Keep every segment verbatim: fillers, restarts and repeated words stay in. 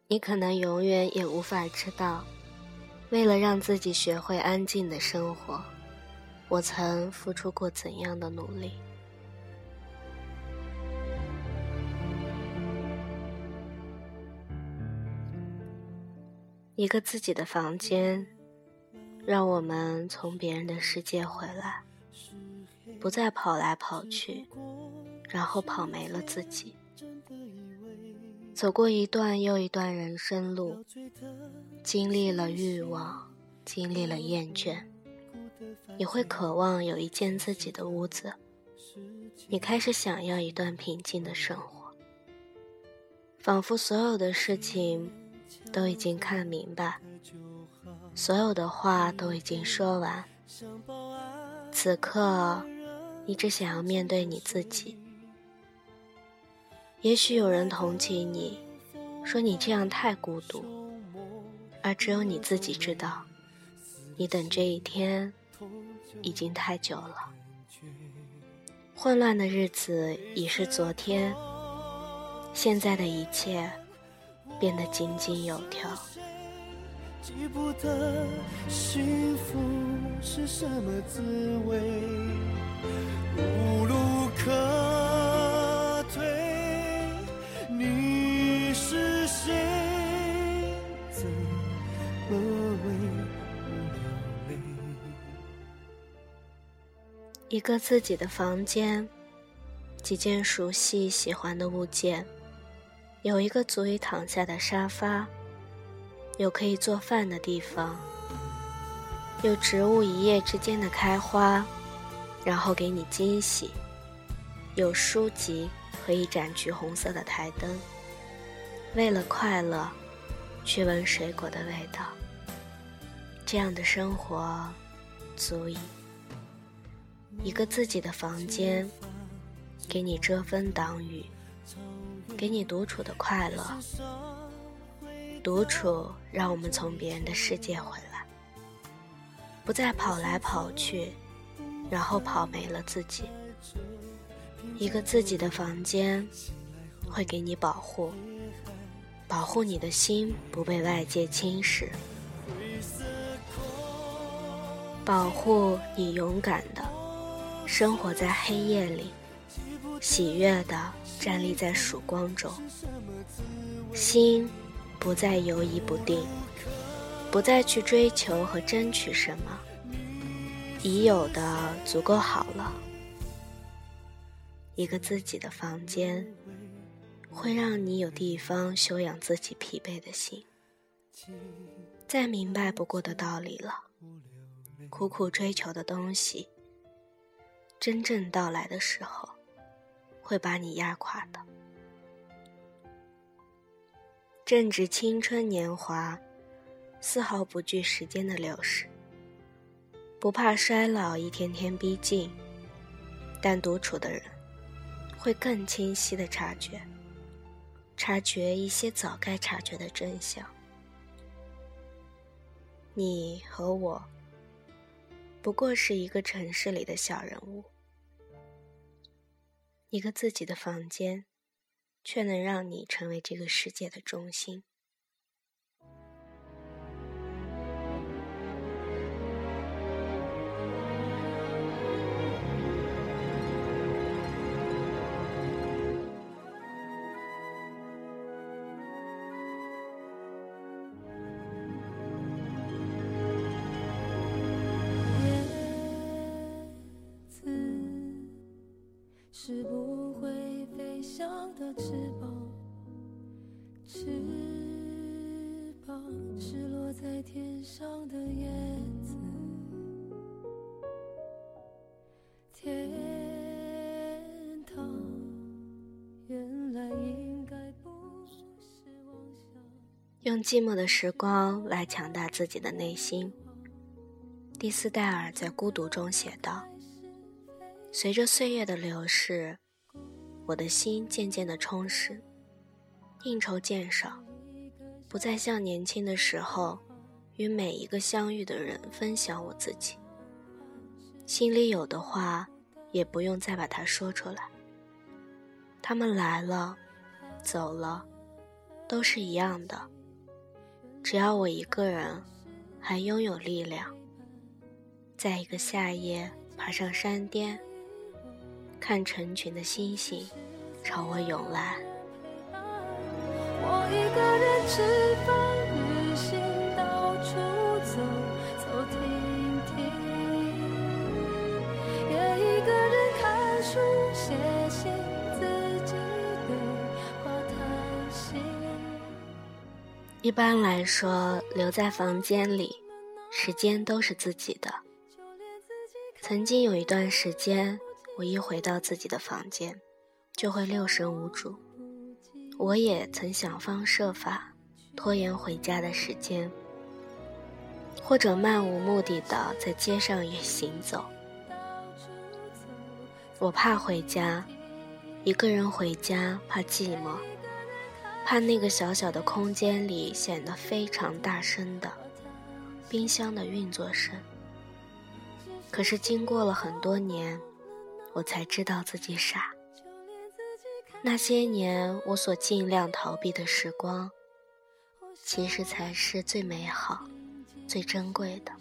你可能永远也无法知道，为了让自己学会安静的生活，我曾付出过怎样的努力。一个自己的房间，让我们从别人的世界回来，不再跑来跑去，然后跑没了自己。走过一段又一段人生路，经历了欲望，经历了厌倦，你会渴望有一间自己的屋子，你开始想要一段平静的生活，仿佛所有的事情都已经看明白，所有的话都已经说完，此刻你只想要面对你自己。也许有人同情你，说你这样太孤独，而只有你自己知道，你等这一天已经太久了。混乱的日子已是昨天，现在的一切变得井井有条。 记不得幸福是什么滋味，无路可退，你是谁？怎么为我流泪？ 一个自己的房间，几件熟悉喜欢的物件，有一个足以躺下的沙发，有可以做饭的地方，有植物一夜之间的开花，然后给你惊喜，有书籍和一盏橘红色的台灯，为了快乐去闻水果的味道，这样的生活足以。一个自己的房间，给你遮风挡雨，给你独处的快乐。独处让我们从别人的世界回来，不再跑来跑去，然后跑没了自己。一个自己的房间会给你保护，保护你的心不被外界侵蚀，保护你勇敢的生活在黑夜里，喜悦的站立在曙光中，心不再游移不定，不再去追求和争取什么，已有的足够好了。一个自己的房间会让你有地方休养自己疲惫的心。再明白不过的道理了，苦苦追求的东西真正到来的时候会把你压垮的。正值青春年华，丝毫不惧时间的流逝，不怕衰老一天天逼近，但独处的人会更清晰地察觉察觉一些早该察觉的真相。你和我不过是一个城市里的小人物，一个自己的房间却能让你成为这个世界的中心。 是不会飞翔的翅膀，翅膀是落在天上的叶子，天堂原来应该不是妄想。 用寂寞的时光来强大自己的内心。蒂斯戴尔在孤独中写道，随着岁月的流逝，我的心渐渐的充实，应酬渐少，不再像年轻的时候与每一个相遇的人分享我自己，心里有的话也不用再把它说出来，他们来了走了都是一样的， 只要我一个人还拥有力量，在一个夏夜爬上山巅，看成群的星星朝我涌来。 我一个人吃饭旅行，到处走走停停，也一个人看书写信，自己对话谈心。 一般来说，留在房间里，时间都是自己的。曾经有一段时间，我一回到自己的房间，就会六神无主。我也曾想方设法拖延回家的时间，或者漫无目的的在街上也行走。我怕回家，一个人回家怕寂寞，怕那个小小的空间里显得非常大声的冰箱的运作声。可是经过了很多年，我才知道自己傻。那些年我所尽量逃避的时光，其实才是最美好、最珍贵的。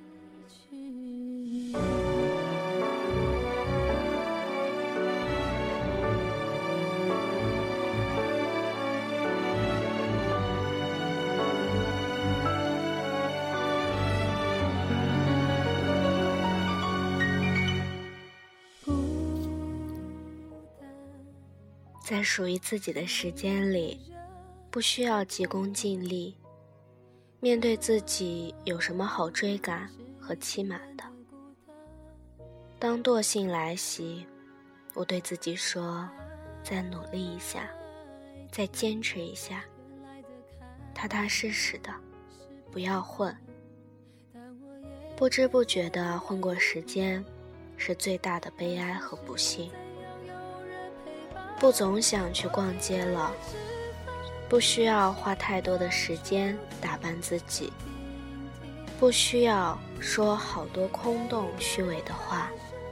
在属于自己的时间里，不需要急功近利，面对自己有什么好追赶和欺瞒的。当惰性来袭，我对自己说，再努力一下，再坚持一下，踏踏实实的，不要混。不知不觉的混过时间，是最大的悲哀和不幸。不总想去逛街了，不需要花太多的时间打扮自己，不需要说好多空洞虚伪的话，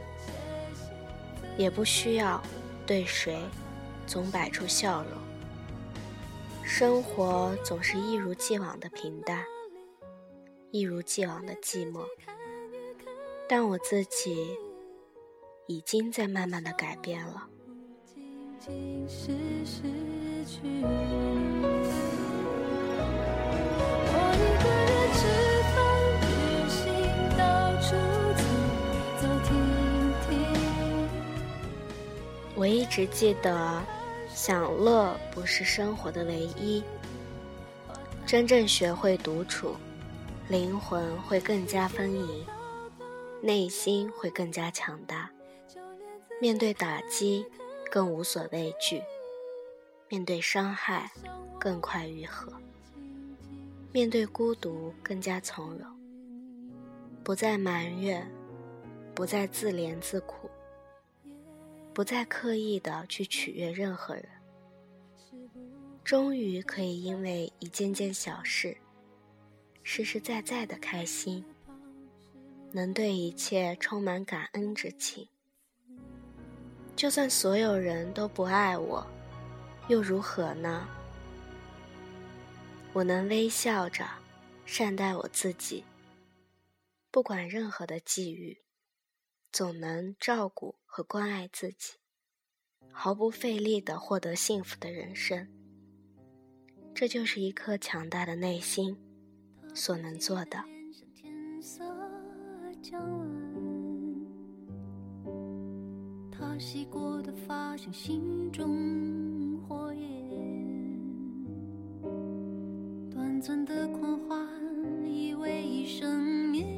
也不需要对谁总摆出笑容。生活总是一如既往的平淡，一如既往的寂寞，但我自己已经在慢慢的改变了。 是失去我一个人吃饭旅行，到处走走停停。 我一直记得，享乐不是生活的唯一。真正学会独处，灵魂会更加丰盈，内心会更加强大。面对打击更无所畏惧，面对伤害更快愈合，面对孤独更加从容，不再埋怨，不再自怜自苦，不再刻意的去取悦任何人。终于可以因为一件件小事实实在在的开心，能对一切充满感恩之情。就算所有人都不爱我，又如何呢？我能微笑着善待我自己，不管任何的际遇，总能照顾和关爱自己，毫不费力地获得幸福的人生。这就是一颗强大的内心所能做的。他洗过的发像心中火焰，短暂的狂欢以为一生灭。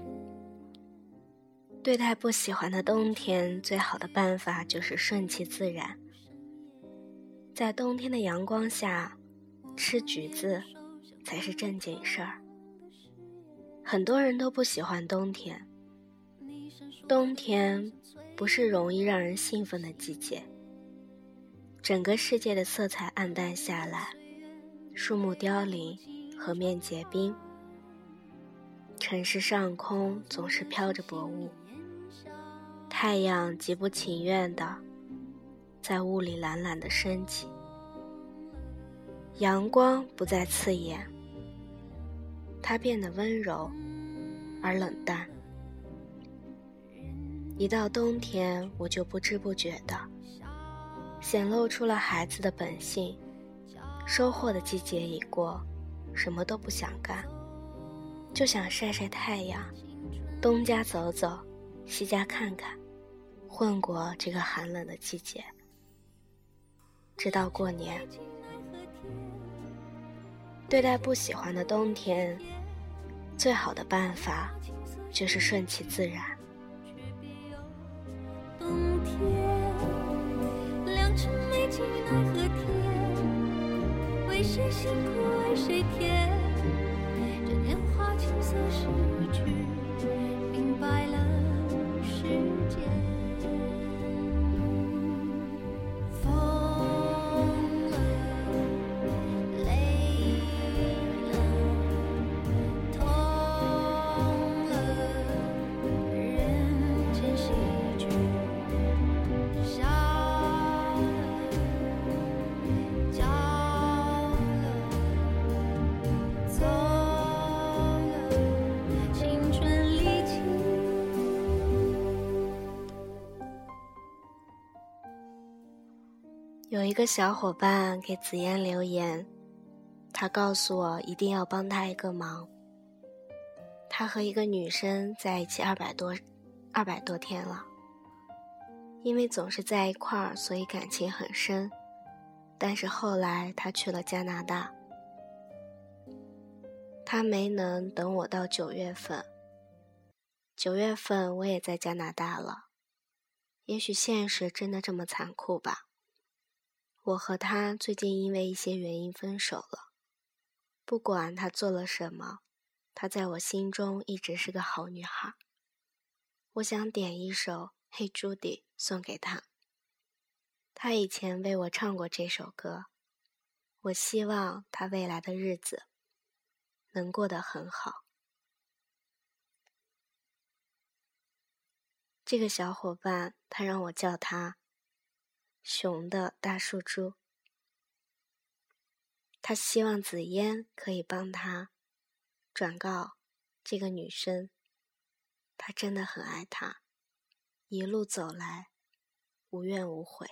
对待不喜欢的冬天，最好的办法就是顺其自然。在冬天的阳光下吃橘子才是正经事儿。很多人都不喜欢冬天，冬天不是容易让人兴奋的季节。整个世界的色彩暗淡下来，树木凋零，河面结冰，城市上空总是飘着薄雾，太阳极不情愿地在雾里懒懒地升起，阳光不再刺眼， 他变得温柔而冷淡。一到冬天，我就不知不觉地显露出了孩子的本性。收获的季节已过，什么都不想干，就想晒晒太阳，东家走走，西家看看，混过这个寒冷的季节，直到过年。对待不喜欢的冬天，最好的办法就是顺其自然。 冬天，良辰美景奈何天，为谁辛苦为谁甜，这年华青涩逝去，明白了世间。 有一个小伙伴给紫嫣留言，他告诉我一定要帮他一个忙。他和一个女生在一起二百多二百多天了，因为总是在一块儿，所以感情很深。但是后来他去了加拿大，他没能等我到九月份。九月份我也在加拿大了，也许现实真的这么残酷吧。我和他最近因为一些原因分手了，不管他做了什么，他在我心中一直是个好女孩。我想点一首《Hey Judy》送给他，他以前为我唱过这首歌。我希望他未来的日子能过得很好。这个小伙伴，他让我叫他熊的大树猪。他希望紫嫣可以帮他转告这个女生，他真的很爱她，一路走来无怨无悔。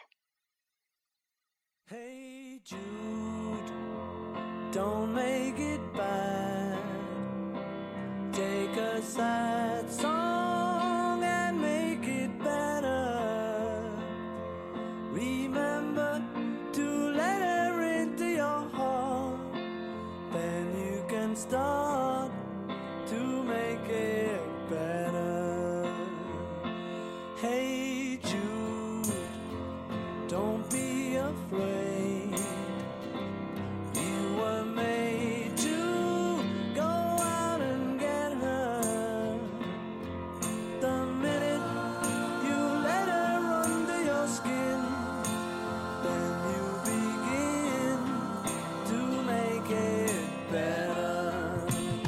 Hey Jude, don't make it bad. Take a sad song and make it better. Remember to let her into your heart. Then you can start to make it better. Hey Jude, don't be afraid. You were made to go out and get her. The minute you let her under your skin, then you begin to make it better.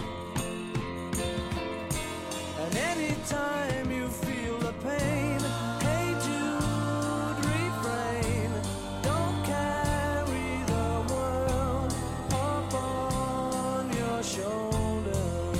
And anytime you feel the pain, hey Jude, refrain. Don't carry the world upon your shoulders.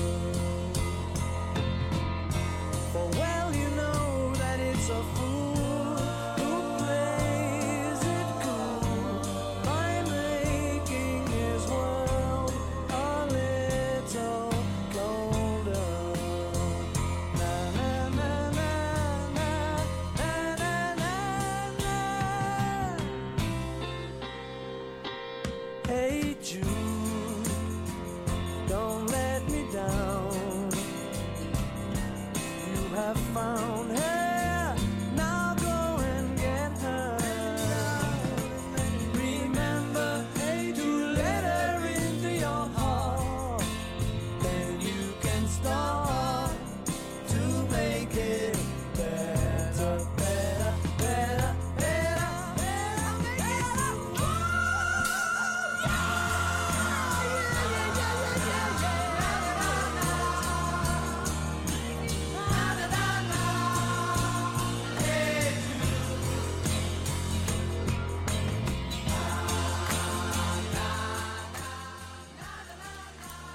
For well you know that it's a fool who plays it cool by making his world a little colder. Na na na na na na na na na. Hey Jude, don't let me down. You have found her, now go and get her. Remember to let her into your heart. Then you can start to make it better, better, better, better, better, better.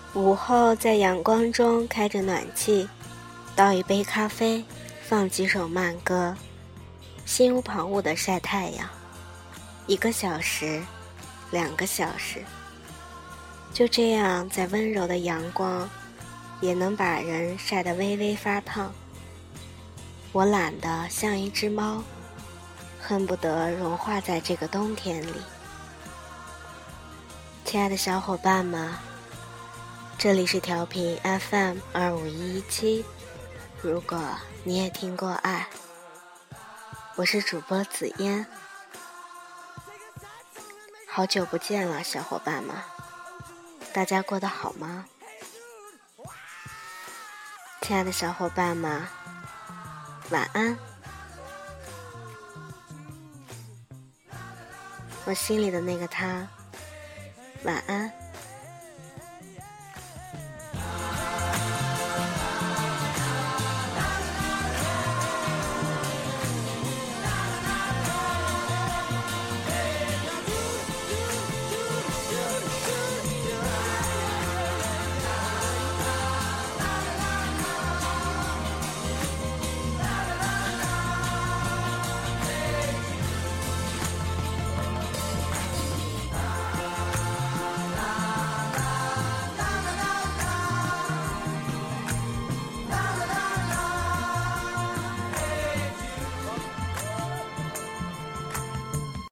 午后在阳光中开着暖气，倒一杯咖啡，放几首慢歌，心无旁骛地晒太阳，一个小时，两个小时，就这样在温柔的阳光也能把人晒得微微发烫。我懒得像一只猫，恨不得融化在这个冬天里。亲爱的小伙伴们，这里是调频 F M 二五一一七，如果你也听过爱，我是主播紫嫣。好久不见了，小伙伴们，大家过得好吗？亲爱的小伙伴们，晚安。我心里的那个他，晚安。